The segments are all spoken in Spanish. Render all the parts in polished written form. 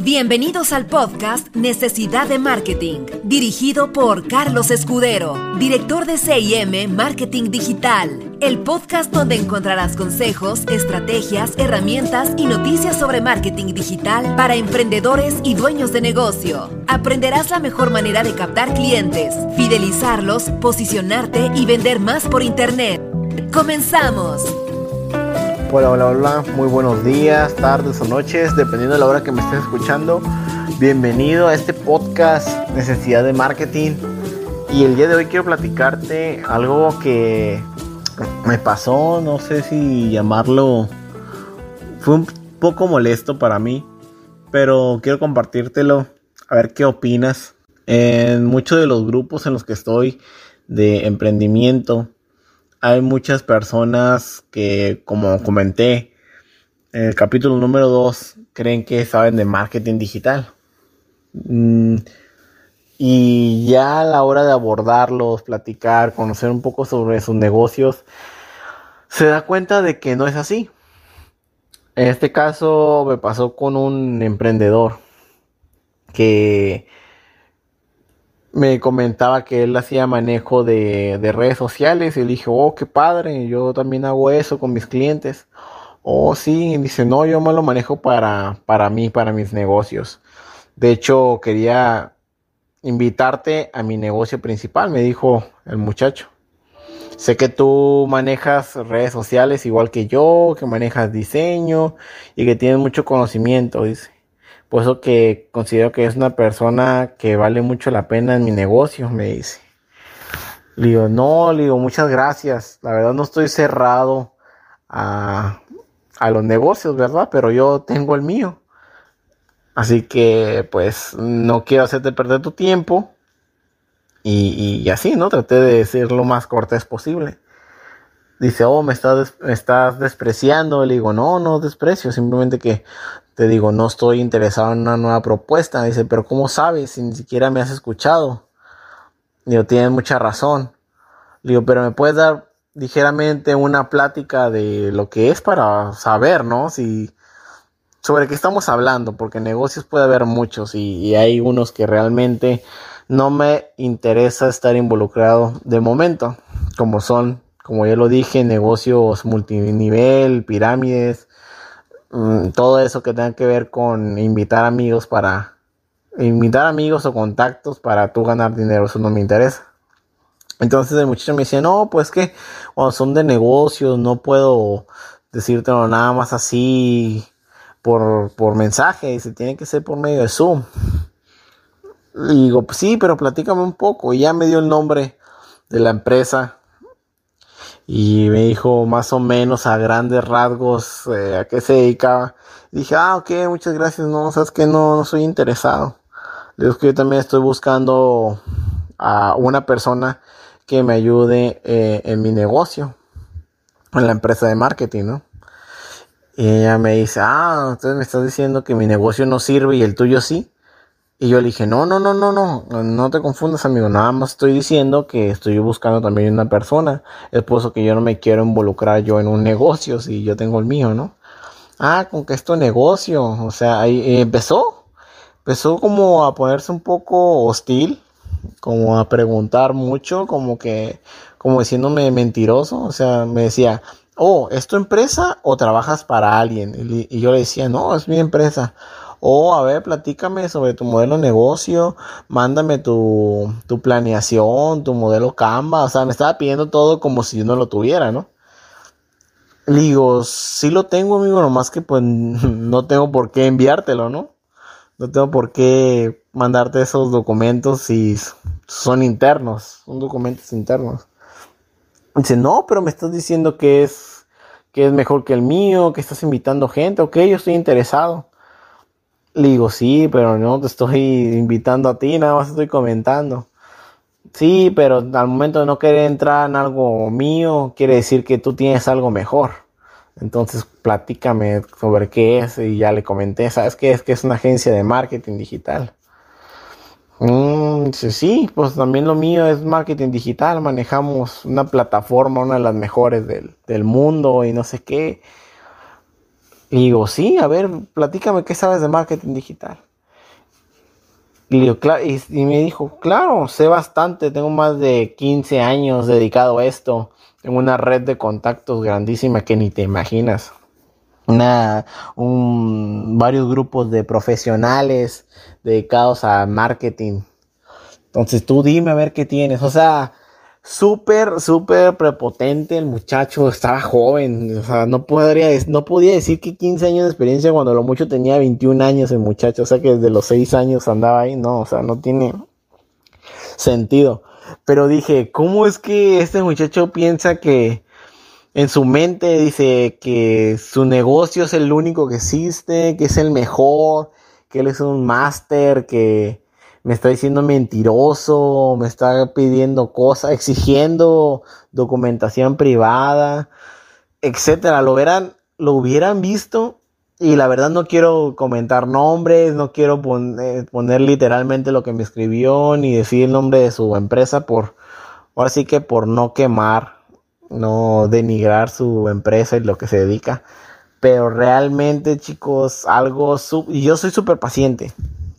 Bienvenidos al podcast Necesidad de Marketing, dirigido por Carlos Escudero, director de C&M Marketing Digital. El podcast donde encontrarás consejos, estrategias, herramientas y noticias sobre marketing digital para emprendedores y dueños de negocio. Aprenderás la mejor manera de captar clientes, fidelizarlos, posicionarte y vender más por internet. ¡Comenzamos! Hola, muy buenos días, tardes o noches, dependiendo de la hora que me estés escuchando. Bienvenido a este podcast Necesidad de Marketing. Y el día de hoy quiero platicarte algo que me pasó, no sé si llamarlo, fue un poco molesto para mí, pero quiero compartírtelo, a ver qué opinas. En muchos de los grupos en los que estoy de emprendimiento, hay muchas personas que, como comenté en el capítulo número 2, creen que saben de marketing digital. Y ya a la hora de abordarlos, platicar, conocer un poco sobre sus negocios, se da cuenta de que no es así. En este caso me pasó con un emprendedor que me comentaba que él hacía manejo de redes sociales y le dije, oh, qué padre, yo también hago eso con mis clientes. Oh, sí, y dice, no, yo me lo manejo para mí, para mis negocios. De hecho, quería invitarte a mi negocio principal, me dijo el muchacho. Sé que tú manejas redes sociales igual que yo, que manejas diseño y que tienes mucho conocimiento, dice. Por eso que considero que es una persona que vale mucho la pena en mi negocio, me dice. Le digo, muchas gracias. La verdad no estoy cerrado a los negocios, ¿verdad? Pero yo tengo el mío. Así que, pues, no quiero hacerte perder tu tiempo. Y así, ¿no? Traté de ser lo más cortés posible. Dice, oh, me estás despreciando. Le digo, no desprecio, simplemente que te digo, no estoy interesado en una nueva propuesta. Dice, pero ¿cómo sabes? Si ni siquiera me has escuchado. Digo, tienes mucha razón. Digo, pero ¿me puedes dar ligeramente una plática de lo que es para saber, ¿no? Sobre qué estamos hablando, porque negocios puede haber muchos y hay unos que realmente no me interesa estar involucrado de momento, como ya lo dije, negocios multinivel, pirámides, todo eso que tenga que ver con invitar amigos o contactos para tú ganar dinero, eso no me interesa. Entonces el muchacho me decía, no, pues que cuando son de negocios no puedo decírtelo nada más así por mensaje, dice, tiene que ser por medio de Zoom. Le digo, pues sí, pero platícame un poco. Y ya me dio el nombre de la empresa y me dijo más o menos a grandes rasgos a qué se dedicaba. Y dije, ok, muchas gracias, no, sabes que no soy interesado. Le digo que yo también estoy buscando a una persona que me ayude en mi negocio, en la empresa de marketing, ¿no? Y ella me dice, entonces me estás diciendo que mi negocio no sirve y el tuyo sí. Y yo le dije, no te confundas, amigo, nada más estoy diciendo que estoy buscando también una persona. Es por eso que yo no me quiero involucrar yo en un negocio si yo tengo el mío, ¿no? Con que es tu negocio, o sea, ahí empezó como a ponerse un poco hostil, como a preguntar mucho, como diciéndome mentiroso, o sea, me decía, ¿es tu empresa o trabajas para alguien? Y yo le decía, no, es mi empresa. A ver, platícame sobre tu modelo de negocio, mándame tu planeación, tu modelo Canva, o sea, me estaba pidiendo todo como si yo no lo tuviera, ¿no? Le digo, sí lo tengo, amigo, nomás que pues no tengo por qué enviártelo, ¿no? No tengo por qué mandarte esos documentos si son internos, son documentos internos. Dice, no, pero me estás diciendo que es mejor que el mío, que estás invitando gente, ok, yo estoy interesado. Le digo, sí, pero no te estoy invitando a ti, nada más estoy comentando. Sí, pero al momento de no querer entrar en algo mío, quiere decir que tú tienes algo mejor. Entonces, platícame sobre qué es. Y ya le comenté, ¿sabes qué? Es que es una agencia de marketing digital. Sí, pues también lo mío es marketing digital. Manejamos una plataforma, una de las mejores del mundo y no sé qué. Y digo, sí, a ver, platícame qué sabes de marketing digital. Y, le digo, y me dijo, claro, sé bastante, tengo más de 15 años dedicado a esto, tengo una red de contactos grandísima que ni te imaginas. Varios grupos de profesionales dedicados a marketing. Entonces tú dime a ver qué tienes. O sea, súper prepotente el muchacho. Estaba joven. O sea, no podía decir que 15 años de experiencia cuando lo mucho tenía 21 años el muchacho. O sea, que desde los 6 años andaba ahí. No, o sea, no tiene sentido. Pero dije, ¿cómo es que este muchacho piensa que en su mente dice que su negocio es el único que existe, que es el mejor, que él es un máster, que me está diciendo mentiroso, me está pidiendo cosas, exigiendo documentación privada, etcétera? Lo hubieran visto, y la verdad no quiero comentar nombres, no quiero poner literalmente lo que me escribió, ni decir el nombre de su empresa ahora sí que por no quemar, no denigrar su empresa y lo que se dedica. Pero realmente, chicos, y yo soy súper paciente,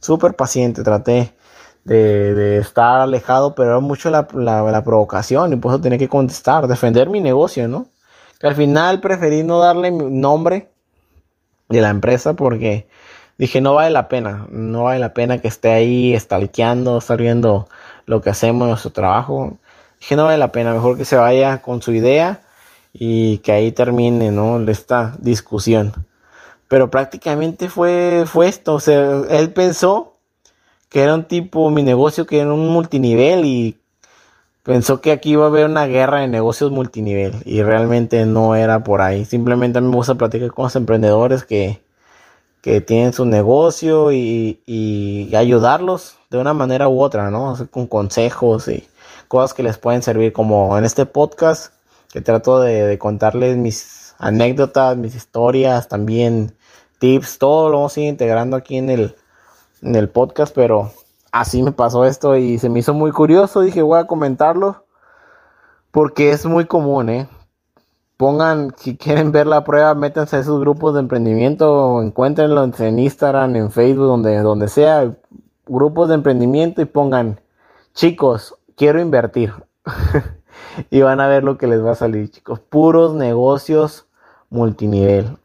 traté de estar alejado, pero era mucho la provocación, y por eso tenía que contestar, defender mi negocio, ¿no? Que al final preferí no darle mi nombre de la empresa, porque dije, no vale la pena que esté ahí stalkeando, estar viendo lo que hacemos en nuestro trabajo. Dije, no vale la pena, mejor que se vaya con su idea y que ahí termine, ¿no?, esta discusión. Pero prácticamente fue esto. O sea, él pensó que era mi negocio, que era un multinivel, y pensó que aquí iba a haber una guerra de negocios multinivel, y realmente no era por ahí. Simplemente a mí me gusta platicar con los emprendedores que tienen su negocio y ayudarlos de una manera u otra, ¿no? O sea, con consejos y cosas que les pueden servir, como en este podcast, que trato de contarles mis anécdotas, mis historias, también tips, todo lo vamos a ir integrando aquí en el podcast. Pero así me pasó esto y se me hizo muy curioso. Dije, voy a comentarlo porque es muy común, Pongan, si quieren ver la prueba, métanse a esos grupos de emprendimiento, encuéntrenlo en Instagram, en Facebook, donde sea, grupos de emprendimiento, y pongan, chicos, quiero invertir. Y van a ver lo que les va a salir, chicos. Puros negocios multinivel.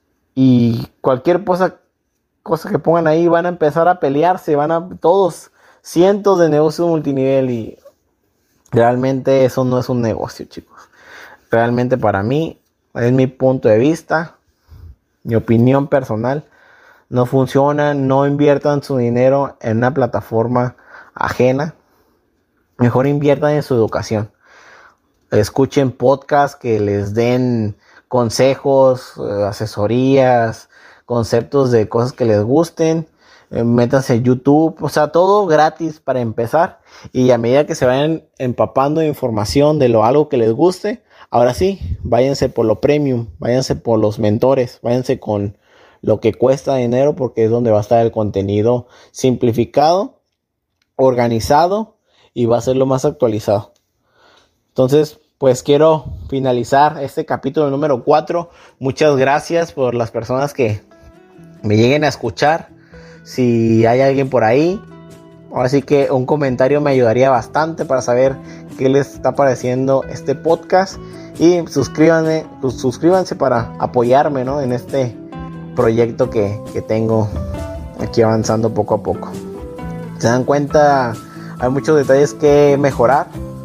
Y cualquier cosa que pongan ahí, van a empezar a pelearse, todos, cientos de negocios multinivel, y realmente eso no es un negocio, chicos. Realmente, para mí, es mi punto de vista, mi opinión personal, no funciona. No inviertan su dinero en una plataforma ajena. Mejor inviertan en su educación. Escuchen podcasts que les den consejos, asesorías, conceptos de cosas que les gusten. Métanse en YouTube, o sea, todo gratis para empezar. Y a medida que se vayan empapando de información de algo que les guste, ahora sí, váyanse por lo premium, váyanse por los mentores, váyanse con lo que cuesta dinero, porque es donde va a estar el contenido simplificado, organizado, y va a ser lo más actualizado. Entonces, pues quiero finalizar este capítulo número 4. Muchas gracias por las personas que me lleguen a escuchar. Si hay alguien por ahí, ahora sí que un comentario me ayudaría bastante para saber qué les está pareciendo este podcast. Y suscríbanse para apoyarme, ¿no?, en este proyecto que tengo aquí avanzando poco a poco. Se dan cuenta, hay muchos detalles que mejorar,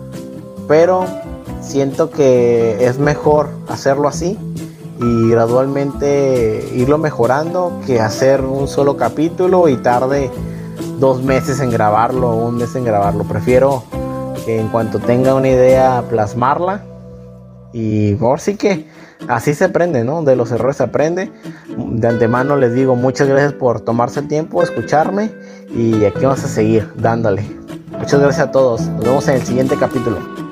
pero siento que es mejor hacerlo así y gradualmente irlo mejorando, que hacer un solo capítulo y tarde 2 meses en grabarlo o 1 mes en grabarlo. Prefiero que en cuanto tenga una idea, plasmarla. Y por sí que así se aprende, ¿no? De los errores se aprende. De antemano les digo, muchas gracias por tomarse el tiempo de escucharme, y aquí vamos a seguir dándole. Muchas gracias a todos. Nos vemos en el siguiente capítulo.